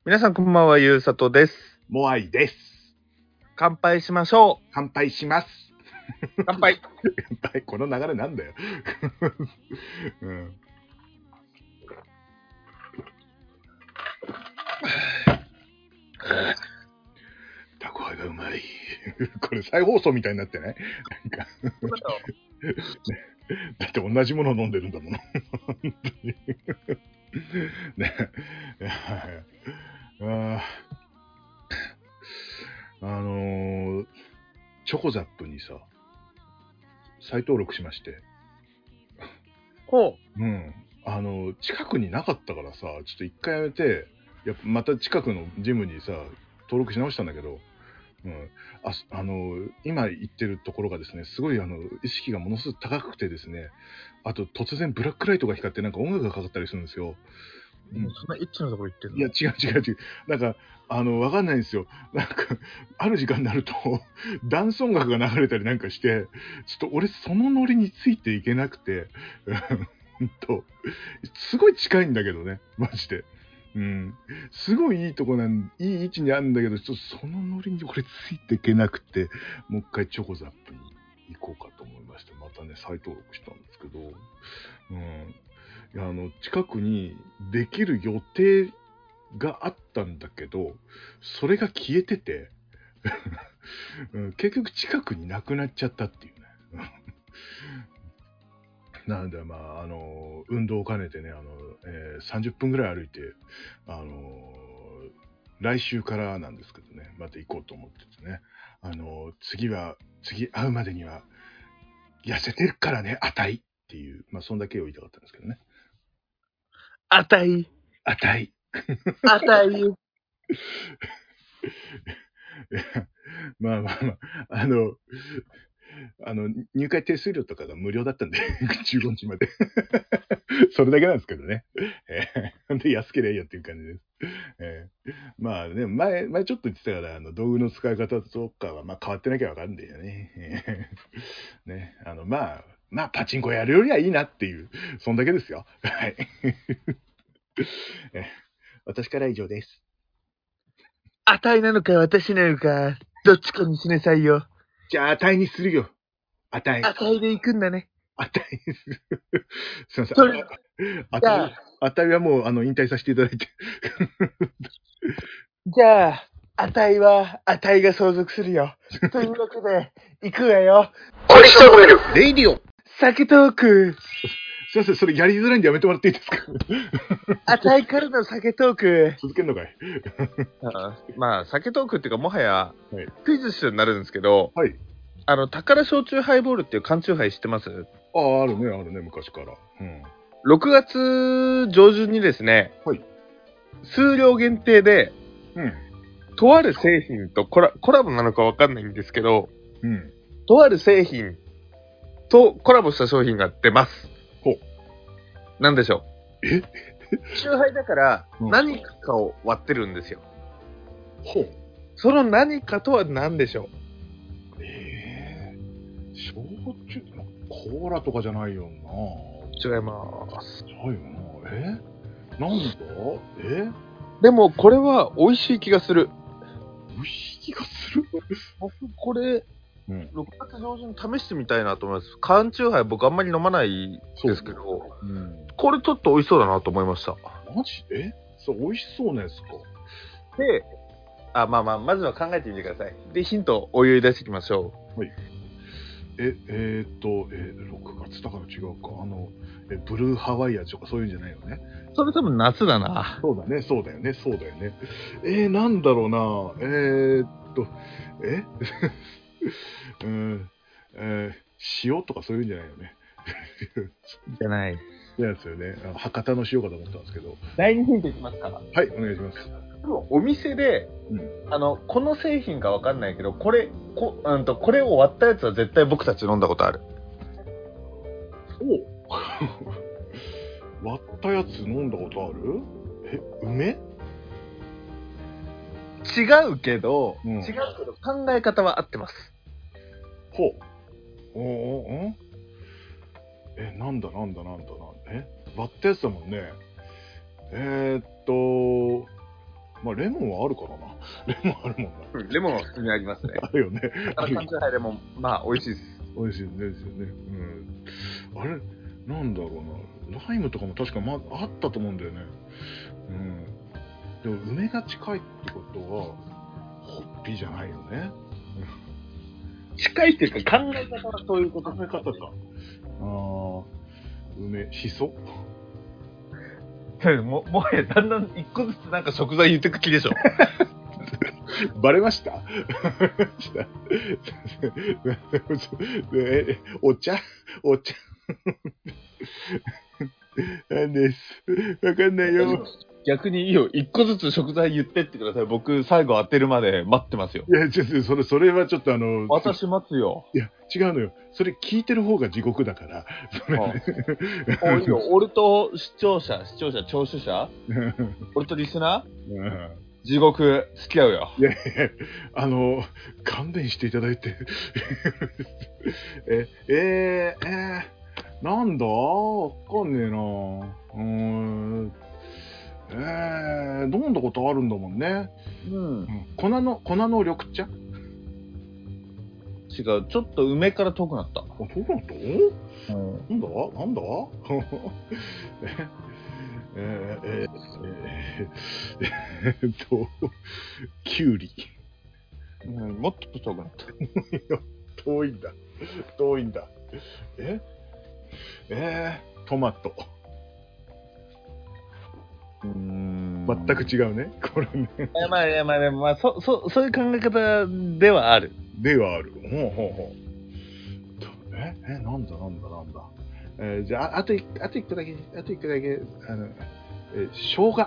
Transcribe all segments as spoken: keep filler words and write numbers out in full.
皆さんこんばんは、ゆうさとです。 モアイです。 乾杯しましょ乾杯します。 う。乾杯。 乾杯。この流れなんだよ。うん、タコハイがうまい。これ再放送みたいになってない？なんかだって同じものを飲んでるんだもの。ね、ああのー、チョコザップにさ、再登録しまして。 ほう。うん。あの、近くになかったからさ、ちょっと一回やめて、やっぱまた近くのジムにさ、登録し直したんだけど、うん、ああの今言ってるところがですね、すごいあの意識がものすごく高くてですね、あと突然ブラックライトが光ってなんか音楽がかかったりするんですよ。 うん、そんなエッチなところ行ってんの？ いや違う違う違う。なんかあのわかんないんですよ。なんかある時間になるとダンス音楽が流れたりなんかして、ちょっと俺そのノリについていけなくて、ほんとすごい近いんだけどね、マジで。うん、すごいいいとこなん、いい位置にあるんだけど、ちょっとそのノリに俺ついていけなくて、もう一回チョコザップに行こうかと思いまして、またね、再登録したんですけど、うん、いや、あの、近くにできる予定があったんだけど、それが消えてて、うん、結局近くになくなっちゃったっていうね。なので、まあ、あの、運動を兼ねてね、あの、えー、さんじゅっぷんぐらい歩いて、あの、来週からなんですけどね、また行こうと思っててね、あの、次は、次会うまでには、痩せてるからね、あたいっていう、まあ、そんだけを言いたかったんですけどね。 あたい。 あたい。 あたい。 まあまあまあ、あの、あの、入会手数料とかが無料だったんで、じゅうごにちまで。それだけなんですけどね。えー、で、安ければいいよっていう感じです。えー、まあね、前、前ちょっと言ってたから、あの、道具の使い方とかは、まあ変わってなきゃわかんないよね。えー、ね、あの、まあ、まあ、パチンコやるよりはいいなっていう、そんだけですよ。はい。えー、私からは以上です。 あたいなのか私なのか、どっちかにしなさいよ。 じゃあ、値にするよ。値。 あたいで行くんだね。 値。すいません。 それ、 あたい、 じゃあ、 あたいはもう、あの、引退させていただいて。 じゃあ、あたいは、あたいが相続するよ。というわけで、行くわよ。 小西とめるレイディオ。 酒トーク。 すいません、それやりづらいんでやめてもらっていいですか？ あたいからの酒トーク。 続けんのかい？ あまあ、酒トークっていうか、もはや、 はい。 クイズ集になるんですけど、 はい。 あの、宝焼酎ハイボールっていう缶酎ハイ知ってます？ ああ、あるね、あるね、昔から。うん。 ろくがつ上旬にですね、 はい。 数量限定で、 うん。 とある製品とコラコラボなのかわかんないんですけど、 うん。 とある製品とコラボした商品が出ます。 ほう。 なんでしょう。 え酎ハイだからうん何かを割ってるんですよ。 ほう。 その何かとは何でしょう。 ええー。焼酎、コーラとかじゃないよな。 違います。 違うよな。えなんだえでもこれは美味しい気がする。 美味しい気がする。 僕これ、 うん。 ろくがつ上旬試してみたいなと思います。缶酎ハイ僕あんまり飲まないですけど、 うん。 これちょっと美味しそうだなと思いました。 マジえそう、美味しそうなやつか。 で、あ、まあまあ、まずは考えてみてください。で、ヒントをお湯に出していきましょう。 え、えー、っと、えー、ろくがつだから違うか。あの、え、ブルーハワイアンとかそういうんじゃないよね。 それ多分夏だな。 そうだね、そうだよね、そうだよね。えー、なんだろうな。えー、っと、えうん、えー、塩とかそういうんじゃないよね。 じゃない。 そうですよね。あの博多の塩かと思ったんですけど。 第二ヒントいきますか。 はい、お願いします。 でもお店で、 うん。 あの、この製品かわかんないけど、これ、こ、うんと、これを割ったやつは絶対僕たち飲んだことある。 お割ったやつ飲んだことある？え、梅？ 違うけど、 うん、 違うけど考え方は合ってます。 ほう。おおんえ、なんだなんだなんだなんだ。え割ったやつだもんね。えー、っと、 まあレモンはあるからな。レモンあるもんな。 うん、レモンは普通にありますね。 あるよね。 あの、缶チューハイレモン、まあ、美味しいです。 美味しいですよね。うん。あれ、なんだろうな。ライムとかも確か、まあ、あったと思うんだよね。うん。でも、梅が近いってことは、ホッピーじゃないよね。 近いっていうか、考え方はそういうこと。 考え方か。ああ、梅、しそも、もはやだんだん一個ずつなんか食材言ってく気でしょ。 バレましたえお茶お茶なんです。わかんないよ。 逆にいいよ。一個ずつ食材言ってってください。僕、最後当てるまで待ってますよ。 いや、ちょっと、それ、それはちょっとあの、 私待つよ。 いや、違うのよ。それ聞いてる方が地獄だから。それね、 おいいよ。俺と視聴者、視聴者、聴取者俺とリスナー、うん、地獄、付き合うよ。 いやいや、あの、勘弁していただいて。え、えー、えー、なんだわかんねえな。うーん。えー、飲んだことあるんだもんね。うん。うん、粉の、粉の緑茶違う、ちょっと梅から遠くなった。あ、 遠くなった、うん、なんだなんだえー、えー、えー、えー、っと、きゅうり。 うん、もっと遠くなった。 遠いんだ。遠いんだ。ええー、トマト。うーん、全く違うね。これね。 いや、まあ、いや、まあ、でも、まあ、そ、そ、そういう考え方ではある。 ではある。ほうほうほう。え、え、なんだなんだなんだ。えー、じゃあ、あと一、あと一個だけ、あと一個だけ、あの、えー、生姜。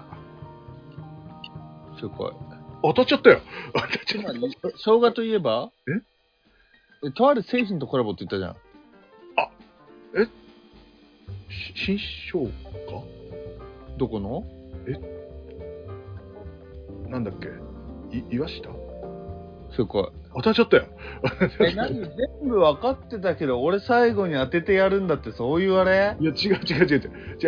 すごい。 当たっちゃったよ。当たっちゃった。 生姜といえばええ、とある製品とコラボって言ったじゃん。 あ、え新生姜どこのえなんだっけい、岩下すごい。 当たっちゃったよ。 え、何全部分かってたけど、俺最後に当ててやるんだって、そういうあれいや、違う違う違う違う。違う違う違う違う違う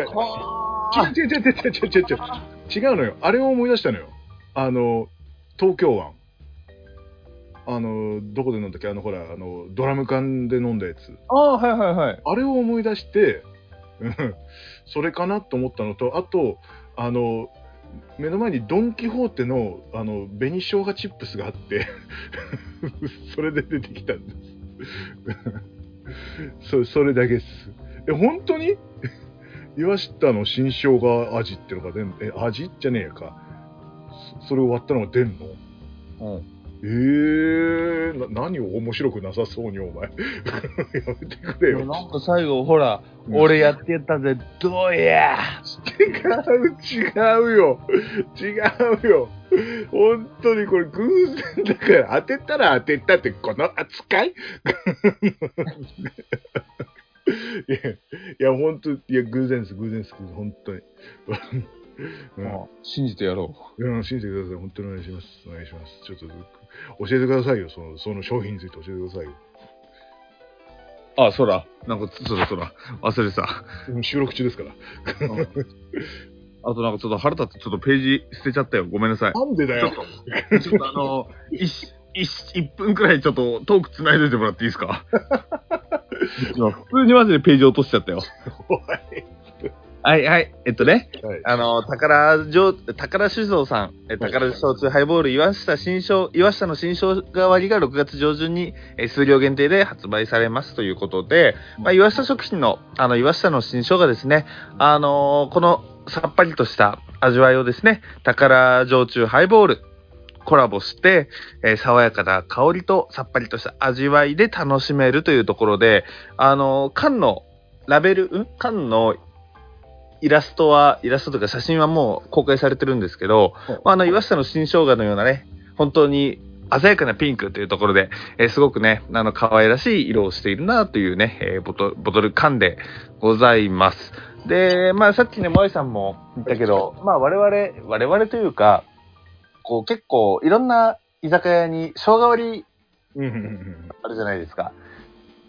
違う違う違う。違うのよ。あれを思い出したのよ。あの、東京湾。あの、どこで飲んだっけあの、ほら、あの、ドラム缶で飲んだやつ。 ああ、はいはいはい。 あれを思い出して、それかなと思ったのと、あと、あの、目の前にドン・キホーテの、あの、紅生姜チップスがあって、それで出てきたんです。そ, それだけです。え、本当に岩下の新生姜味ってのが出んの？え、味じゃねえやか。そ, それを割ったのが出んの？うん。えー、な、何を面白くなさそうにお前やめてくれよ。 なんか最後ほら、うん、俺やってたぜどうや違う違うよ違うよ本当にこれ偶然だから当てたら当てたってこの扱いいやいや本当いや偶然です偶然です本当にうん、信じてやろう。いや、信じてください。本当にお願いします。お願いします。ちょっと教えてくださいよ。その、その商品について教えてくださいよ。 あ、そら。なんか、そらそら。忘れてた。 収録中ですから。うん、 あとなんかちょっと腹立ってちょっとページ捨てちゃったよ。ごめんなさい。 なんでだよ。 ちょっとあの、いっぷんくらいちょっとトーク繋いでてもらっていいですか今普通にマジでページ落としちゃったよ。はいはい。えっとね、はい、あの、宝城、宝酒造さん、え宝焼酎ハイボール岩下新生、岩下の新生姜割りがろくがつ上旬に、え数量限定で発売されますということで、まあ、岩下食品の、あの、岩下の新生姜ですね、あのー、このさっぱりとした味わいをですね、宝焼酎ハイボール、コラボして、えー、爽やかな香りとさっぱりとした味わいで楽しめるというところで、あのー、缶のラベル、ん缶のイラストは、イラストというか写真はもう公開されてるんですけど、まあ、あの、岩下の新生姜のようなね、本当に鮮やかなピンクというところで、えー、すごくね、あの、可愛らしい色をしているなというね、えー、ボト、ボトル缶でございます。で、まあ、さっきね、萌さんも言ったけど、まあ、我々、我々というか、こう、結構、いろんな居酒屋に生姜割り、あるじゃないですか。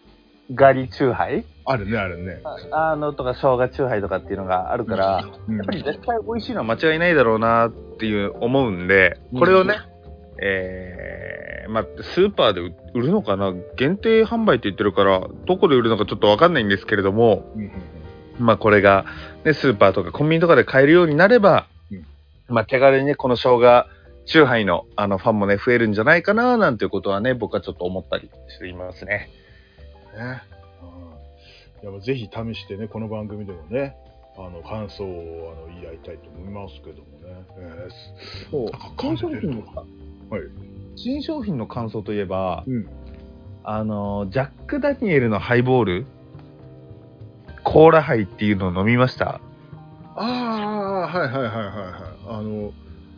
ガリチューハイあるね、あるね。 あの、とか、生姜チューハイとかっていうのがあるから、 うん、 やっぱり絶対美味しいのは間違いないだろうなっていう思うんで、これをね、うん、えー、まあ、スーパーで売るのかな、限定販売って言ってるから、どこで売るのかちょっとわかんないんですけれども、うん、まあ、これが、ね、スーパーとかコンビニとかで買えるようになれば、うん、まあ、手軽にね、この生姜チューハイのあのファンもね、増えるんじゃないかな、なんていうことはね、僕はちょっと思ったりしていますね。 ね。いやぜひ試してね、この番組でもね、あの感想をあの言い合いたいと思いますけどもね。えー、そう新商品の、はい、新商品の感想といえば、うん、あのジャック・ダニエルのハイボール、コーラハイっていうのを飲みました？ ああ、はいはいはいはいはい。あの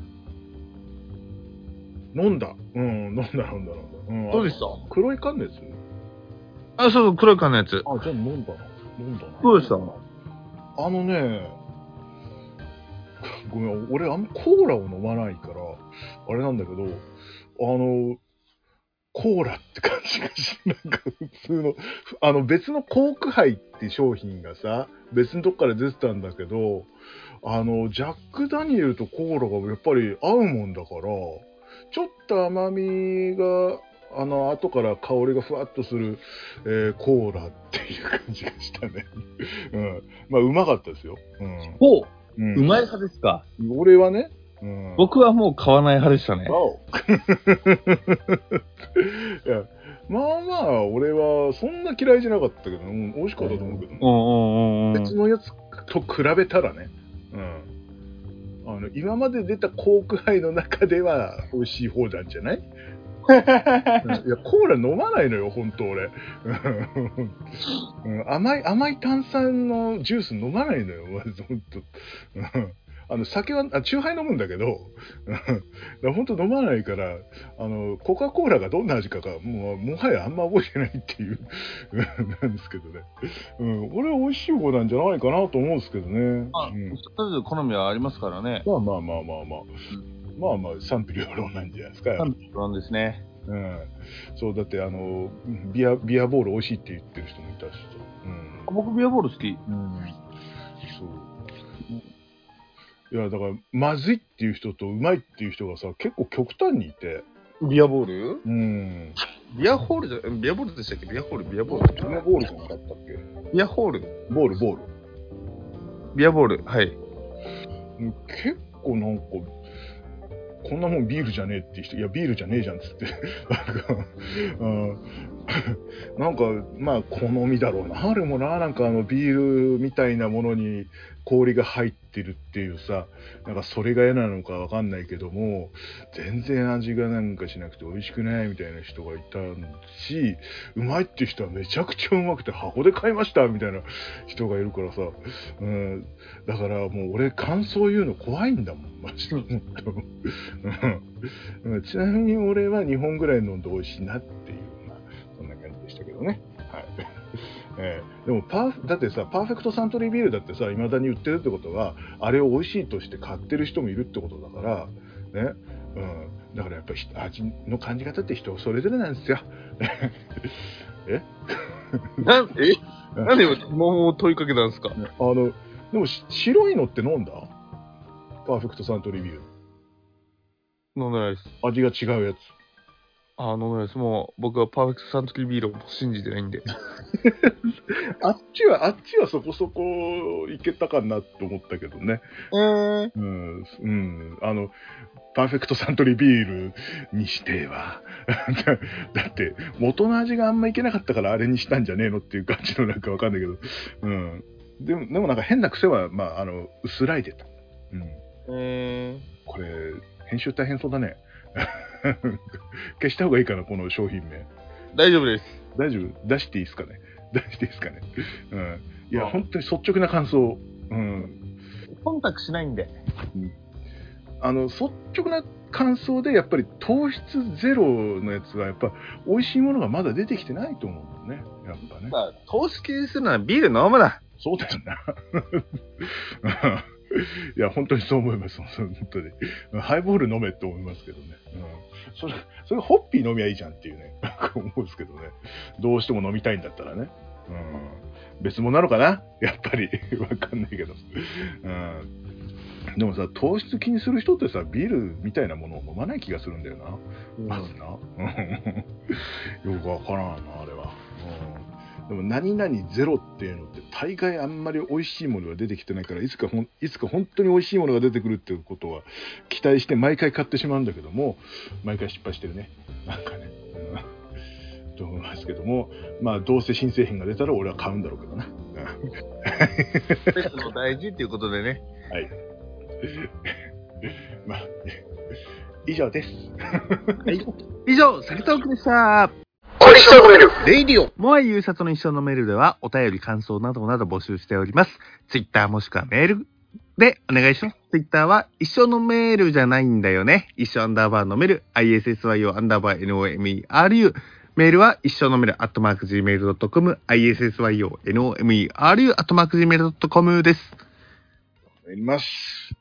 飲んだ、うん、飲んだ飲んだ飲んだ。うん、 どうでした？ 黒い缶のやつ？ あ、そうそう、黒い缶のやつ。 あ、じゃあ飲んだな。飲んだな。 どうでした？ あのね、ごめん、俺あんまコーラを飲まないから、あれなんだけど、あの、コーラって感じがし、なんか普通の、あの別のコークハイって商品がさ、別のとこから出てたんだけど、あの、ジャック・ダニエルとコーラがやっぱり合うもんだから、ちょっと甘みが、あの、後から香りがふわっとする、えー、コーラっていう感じがしたね。うん。まあ、うまかったですよ。うん。 ほう。うん、うまい派ですか？ 俺はね。 うん、僕はもう買わない派でしたね。 いや、まあまあ、俺はそんな嫌いじゃなかったけど、うん、美味しかったと思うけど、ね、うんうんうん、別のやつと比べたらね。うん。あの、今まで出たコークハイの中では美味しい方なんじゃない？いや、コーラ飲まないのよ、ほんと俺。うん、甘い、甘い炭酸のジュース飲まないのよ、まずほんと。あの、酒は、あ、チューハイ飲むんだけど、ほんと飲まないから、あの、コカ・コーラがどんな味かが、もう、もはやあんま覚えてないっていう、なんですけどね。うん、俺は美味しい方なんじゃないかなと思うんですけどね。 まあ、うん、それぞれ好みはありますからね。 まあまあまあまあまあ。うん、まあまあ、賛否両論なんじゃないですか。 賛否両論ですね。 うん。そう、だって、あの、ビア、ビアボール美味しいって言ってる人もいたし。 うん。僕、ビアボール好き。うん。 そう。いや、だから、まずいっていう人とうまいっていう人がさ、結構極端にいて。 ビアボール？ うん。 ビアホールじゃ、ビアボールでしたっけ？ビアホール、ビアボール。 ビアボールじゃなかったっけ？ ビアホール。 ボール、ボール。 ビアボール、はい。 結構なんか、こんなもんビールじゃねえって人、いや、ビールじゃねえじゃんっつって。なんか、うん、なんか、まあ、好みだろうな。あれもな、なんかあの、ビールみたいなものに氷が入ってるっていうさ、なんかそれが嫌なのかわかんないけども、全然味がなんかしなくて美味しくないみたいな人がいたし、うまいっていう人はめちゃくちゃうまくて箱で買いましたみたいな人がいるからさ、うん、だからもう俺感想言うの怖いんだもん、マジで。ちなみに俺はにほんぐらい飲んで美味しいなっていう、まあ、そんな感じでしたけどね。はい。えー、でもパー、だってさ、パーフェクトサントリービールだってさ、未だに売ってるってことは、あれを美味しいとして買ってる人もいるってことだから、ね。うん。だからやっぱり味の感じ方って人それぞれなんですよ。えなんえなんでもう問いかけたんですか？あの、でも白いのって飲んだ？パーフェクトサントリービール。 飲んでないです。 味が違うやつ。 ああ、飲んでないです。もう僕はパーフェクトサントリービールを信じてないんで。 あっちは、あっちはそこそこいけたかなって思ったけどね。 えー、 うん、うん、あの、パーフェクトサントリービールにしては。だって、元の味があんまいけなかったからあれにしたんじゃねえのっていう感じのなんかわかんないけど。うん。でも、でもなんか変な癖は、まあ、あの、薄らいでた。うん。 えー、 これ、編集大変そうだね。消した方がいいかな、この商品名。 大丈夫です。 大丈夫？出していいですかね？出していいですかね？うん。いや、本当に率直な感想。うん。 忖度しないんで。 うん、あの、率直な感想で、やっぱり糖質ゼロのやつは、やっぱ、美味しいものがまだ出てきてないと思うのね。やっぱね。 まあ、糖質気にするのはビール飲むな。 そうだよな。 いや、本当にそう思います。本当に。ハイボール飲めって思いますけどね。うん、それ、それホッピー飲みゃいいじゃんっていうね、思うんですけどね。どうしても飲みたいんだったらね。うん、別物なのかなやっぱり。わかんないけど。うん、でもさ、糖質気にする人ってさ、ビールみたいなものを飲まない気がするんだよな。うん、まずな。よくわからんな、あれは。うん、でも何々ゼロっていうのって大概あんまり美味しいものが出てきてないから、いつかほんいつか本当に美味しいものが出てくるっていうことは期待して毎回買ってしまうんだけども、毎回失敗してるね。なんかね。うん、と思いますけども、まあどうせ新製品が出たら俺は買うんだろうけどな。 ベストの大事っていうことでね。 はい。まあ、以上です。 はい。以上、サキトークでした。 一生のメール、レイディオ。 モアイ優里の一生のメールでは、お便り、感想などなど募集しております。ツイッターもしくはメールでお願いします。ツイッターは、一生のメールじゃないんだよね。一生アンダーバーのメール、アイエスエスワイオー アンダーバー エヌオーエムイーアールユー。メールは、一生のメール、アットマーク ジーメールドットコム、アイエスエスワイオー エヌオーエムイーアールユー、アットマーク ジーメールドットコム です。 やります。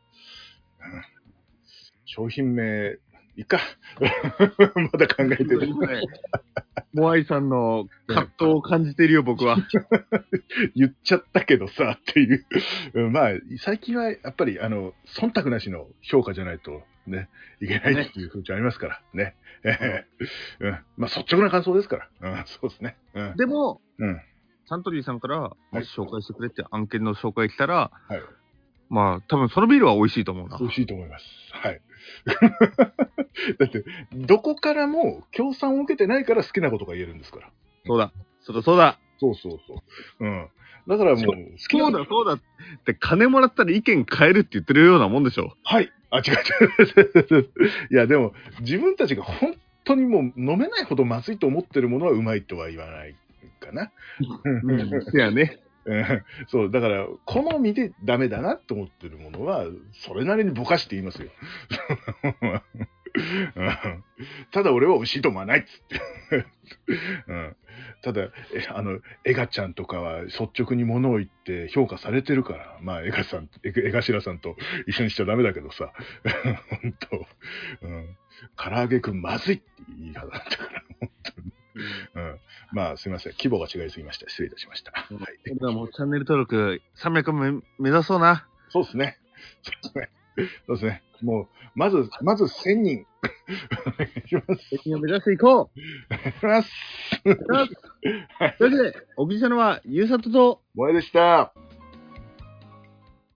商品名、いいか。まだ考えてる。 モアイさんの葛藤を感じてるよ、僕は。 言っちゃったけどさ、っていう。まあ、最近はやっぱり、あの、忖度なしの評価じゃないとね、いけないっていう風潮ありますからね。ねうん、まあ、率直な感想ですから。うん、そうですね。うん、 でも、 うん、 サントリーさんから、もし紹介してくれって案件の紹介来たら、 はい、 まあ、多分そのビールは美味しいと思うな。 美味しいと思います。はい。だって、どこからも協賛を受けてないから好きなことが言えるんですから。 そうだ。そうだ、そうだ。 そうそうそう。うん。だからもう、好きなそうだ、そうだって金もらったら意見変えるって言ってるようなもんでしょ。 はい。あ、違う違う。いや、でも、自分たちが本当にもう飲めないほどまずいと思ってるものはうまいとは言わないかな。 うん。いやね。 そう、だから、好みでダメだなと思ってるものは、それなりにぼかして言いますよ。ただ俺は美味しいと思わないっつって、うん、ただあのエガちゃんとかは率直に物を言って評価されてるから、まあエガさんエガシラさんと一緒にしちゃダメだけどさ、本当、うん、唐揚げくんまずいって言い方だったから本当に、うん、まあすみません、規模が違いすぎました、失礼いたしました。はい。 ではもうチャンネル登録さんびゃくめ目指そうな。 そうですね。そうですね。そうですね。もう、まず、まずせんにん。お願いします。 せんにんを目指していこう。 お願いします。 というわけで、お聞きしたのは、ゆうさとと、 萌えでした。